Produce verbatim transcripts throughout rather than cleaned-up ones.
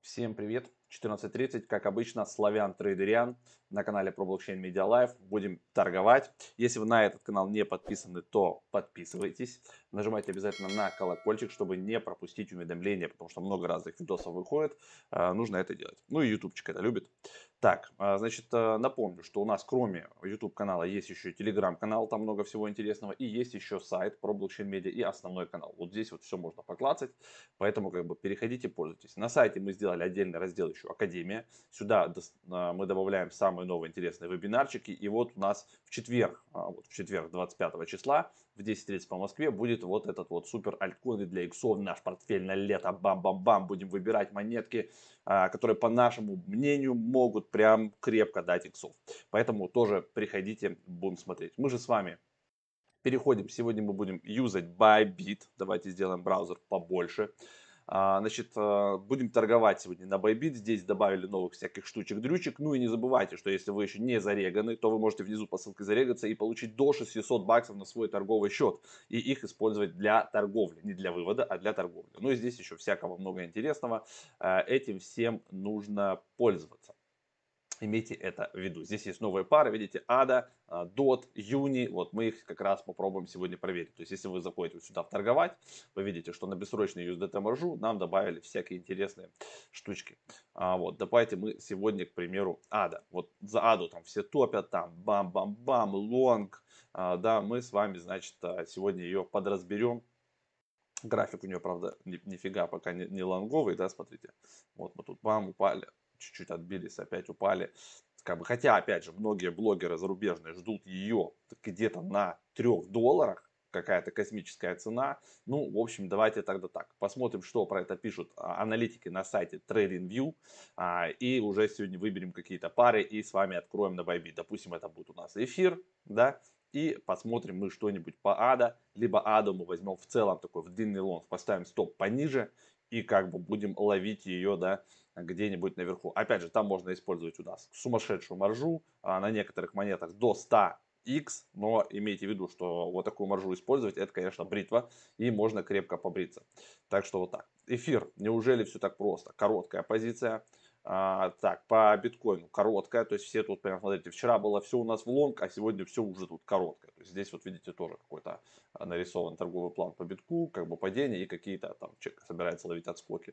Всем привет! четырнадцать тридцать, как обычно, Славян Трейдериан на канале про блокчейн Media Live. Будем торговать. Если вы на этот канал не подписаны, то подписывайтесь. Нажимайте обязательно на колокольчик, чтобы не пропустить уведомления, потому что много разных видосов выходит. Э, Нужно это делать. Ну и ютубчик это любит. Так, а, значит, э, напомню, что у нас кроме YouTube канала есть еще Telegram канал, там много всего интересного. И есть еще сайт про блокчейн медиа и основной канал. Вот здесь вот все можно поклацать. Поэтому как бы переходите, пользуйтесь. На сайте мы сделали отдельный раздел еще Академия. Сюда а, мы добавляем самые новые интересные вебинарчики. И вот у нас в четверг, а, вот в четверг двадцать пятого числа в десять тридцать по Москве будет вот этот вот супер альткоины для иксов. Наш портфель на лето. Бам-бам-бам. Будем выбирать монетки, а, которые по нашему мнению могут прям крепко дать иксов. Поэтому тоже приходите, будем смотреть. Мы же с вами переходим. Сегодня мы будем юзать Bybit. Давайте сделаем браузер побольше. А, Значит, а, будем торговать сегодня на Bybit. Здесь добавили новых всяких штучек-дрючек. Ну и не забывайте, что если вы еще не зареганы, то вы можете внизу по ссылке зарегаться и получить до шестисот баксов на свой торговый счет. И их использовать для торговли. Не для вывода, а для торговли. Ну и здесь еще всякого много интересного. А, Этим всем нужно пользоваться. Имейте это в виду. Здесь есть новые пары, видите, ада, дот, юни. Вот мы их как раз попробуем сегодня проверить. То есть, если вы заходите вот сюда в торговать, вы видите, что на бессрочный ю эс ди ти маржу нам добавили всякие интересные штучки. А, вот, давайте мы сегодня, к примеру, ада. Вот за аду там все топят, там бам-бам-бам, лонг. А, да, мы с вами, значит, а, сегодня ее подразберем. График у нее, правда, ни, нифига пока не, не лонговый, да, смотрите. Вот мы тут бам, упали, чуть-чуть отбились, опять упали. Как бы, хотя, опять же, многие блогеры зарубежные ждут ее где-то на трех долларах, какая-то космическая цена. Ну, в общем, давайте тогда так. Посмотрим, что про это пишут а, аналитики на сайте TradingView. А, и уже сегодня выберем какие-то пары и с вами откроем на Bybit. Допустим, это будет у нас эфир, да, и посмотрим мы что-нибудь по ада, либо аду мы возьмем в целом такой в длинный лонг, поставим стоп пониже и как бы будем ловить ее, да, где-нибудь наверху. Опять же, там можно использовать у нас сумасшедшую маржу, а на некоторых монетах до ста икс, но имейте в виду, что вот такую маржу использовать, это, конечно, бритва, и можно крепко побриться. Так что вот так. Эфир, неужели все так просто? Короткая позиция. А, так, по биткоину короткая, то есть все тут, прям, смотрите, вчера было все у нас в лонг, а сегодня все уже тут короткое. То есть здесь вот видите тоже какой-то а, нарисован торговый план по битку, как бы падение и какие-то там человек собирается ловить отскоки.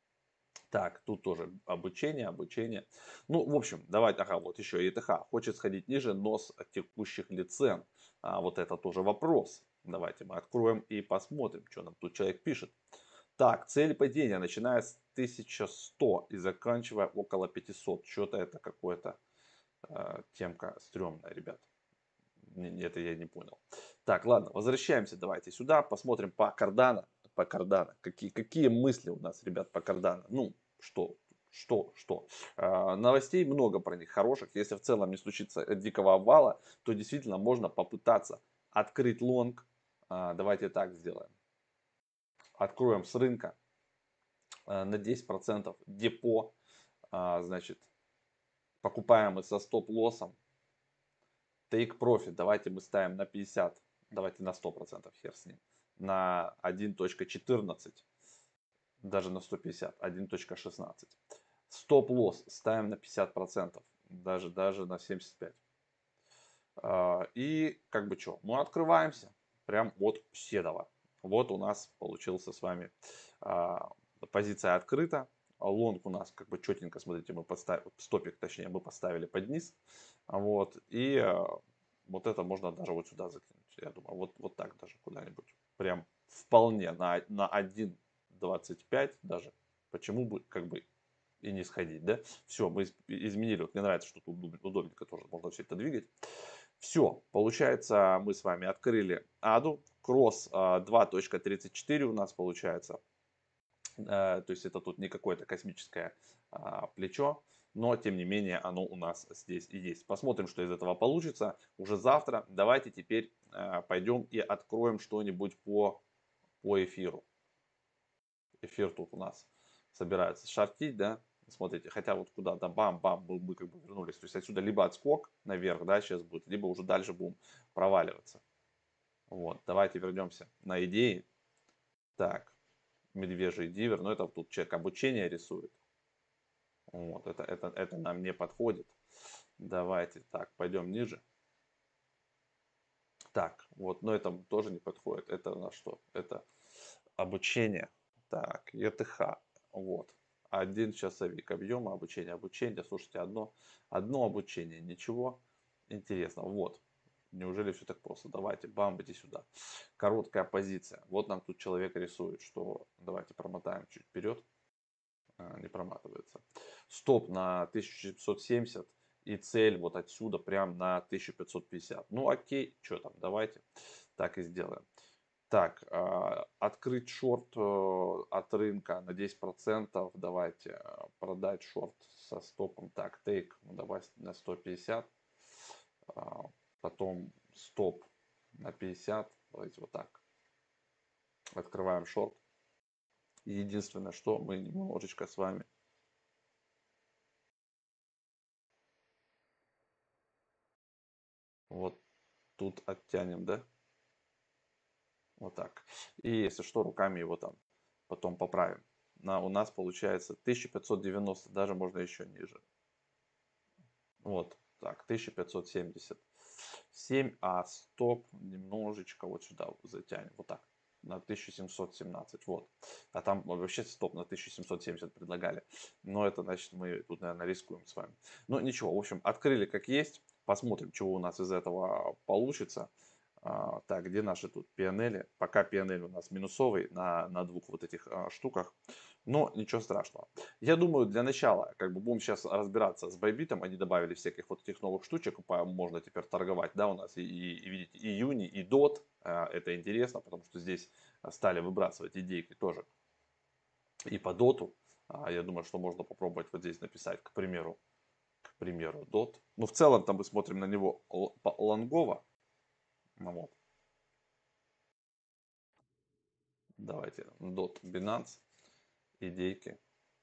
Так, тут тоже обучение, обучение. Ну, в общем, давайте, ага, вот еще и и тэ эйч хочет сходить ниже, но с текущих ли цен. А, вот это тоже вопрос. Давайте мы откроем и посмотрим, что нам тут человек пишет. Так, цель падения, начиная с тысячи ста и заканчивая около пятисот. Что-то это какое-то э, темка стрёмная, ребят. Не- Это я не понял. Так, ладно, возвращаемся давайте сюда, посмотрим по кардана. По кардана. Какие, какие мысли у нас, ребят, по кардана? Ну, что, что, что. А, новостей много про них хороших. Если в целом не случится дикого обвала, то действительно можно попытаться открыть лонг. А, давайте так сделаем. Откроем с рынка а, на десять процентов депо. А, значит, покупаем мы со стоп-лоссом. Take profit давайте мы ставим на пятьдесят, давайте на сто процентов, хер с ним. На один точка четырнадцать, даже на сто пятьдесят, один точка шестнадцать. Стоп-лосс ставим на пятьдесят процентов, даже, даже на семьдесят пять. А, И как бы что, мы открываемся прям от седова. Вот у нас получился с вами а, позиция открыта. Лонг у нас как бы четенько, смотрите, мы поставили, стопик точнее, мы поставили под низ. Вот, и а, вот это можно даже вот сюда закинуть. Я думаю, вот, вот так даже куда-нибудь. Прям вполне на, на один двадцать пять даже. Почему бы как бы и не сходить, да? Все, мы изменили. Вот мне нравится, что тут удобненько тоже можно все это двигать. Все, получается, мы с вами открыли аду. Кросс два точка тридцать четыре у нас получается. Э, То есть это тут не какое-то космическое а, плечо, но тем не менее оно у нас здесь и есть. Посмотрим, что из этого получится уже завтра. Давайте теперь а, пойдем и откроем что-нибудь по, по эфиру. Эфир тут у нас собирается шортить, да? Смотрите, хотя вот куда-то бам-бам, мы, мы как бы вернулись. То есть отсюда либо отскок наверх, да, сейчас будет, либо уже дальше будем проваливаться. Вот, давайте вернемся на идеи. Так, медвежий дивер, ну это тут человек обучение рисует. Вот, это, это, это нам не подходит. Давайте так, пойдем ниже. Так, вот, но это тоже не подходит. Это на что? Это обучение. Так, е тэ ха. Вот. Один часовик объема обучения. Обучение, слушайте, одно, одно обучение. Ничего интересного. Вот. Неужели все так просто? Давайте, бам, иди сюда. Короткая позиция. Вот нам тут человек рисует, что... Давайте промотаем чуть вперед. А, не проматывается. Стоп на тысяча семьсот семьдесят и цель вот отсюда прям на тысяча пятьсот пятьдесят. Ну окей, что там, давайте так и сделаем. Так, а, открыть шорт э, от рынка на десять процентов. Давайте э, продать шорт со стопом. Так, тейк, ну, давай на сто пятьдесят. А, потом стоп на пятьдесят. Давайте вот так. Открываем шорт. И единственное, что мы немножечко с вами вот тут оттянем, да? Вот так. И если что, руками его там потом поправим. На, у нас получается тысяча пятьсот девяносто, даже можно еще ниже. Вот так, тысяча пятьсот семьдесят семь, а стоп немножечко вот сюда вот затянем. Вот так, на тысяча семьсот семнадцать, вот. А там вообще стоп на тысяча семьсот семьдесят предлагали. Но это, значит, мы тут, наверное, рискуем с вами. Но ничего, в общем, открыли как есть. Посмотрим, чего у нас из этого получится. А, так, где наши тут пи эн эл? Пока пи эн эл у нас минусовый на, на двух вот этих а, штуках. Но ничего страшного. Я думаю, для начала, как бы будем сейчас разбираться с Байбитом, они добавили всяких вот этих новых штучек, по- можно теперь торговать, да, у нас и, и, и видите, и Юни, и Дот, а, это интересно, потому что здесь а, стали выбрасывать идейки тоже и по Доту. А, я думаю, что можно попробовать вот здесь написать, к примеру, к примеру, Дот. Ну, в целом, там мы смотрим на него л- по- лонгово. Ну, вот, давайте, Дот, Binance, идейки,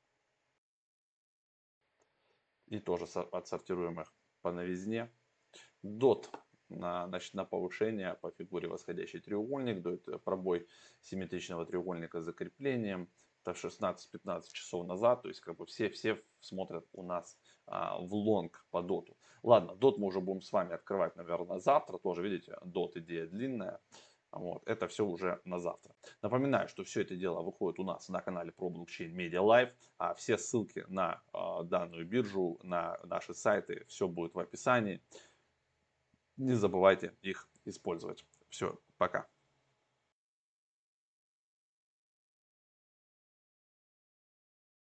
и тоже со- отсортируем их по новизне. Дот на, значит, на повышение по фигуре восходящий треугольник, дает пробой симметричного треугольника с закреплением. Это шестнадцать-пятнадцать часов назад, то есть как бы все, все смотрят у нас а, в лонг по доту. Ладно, дот мы уже будем с вами открывать, наверное, завтра. Тоже, видите, дот идея длинная. Вот, это все уже на завтра. Напоминаю, что все это дело выходит у нас на канале про блокчейн Media Live. А все ссылки на а, данную биржу, на наши сайты, все будет в описании. Не забывайте их использовать. Все, пока.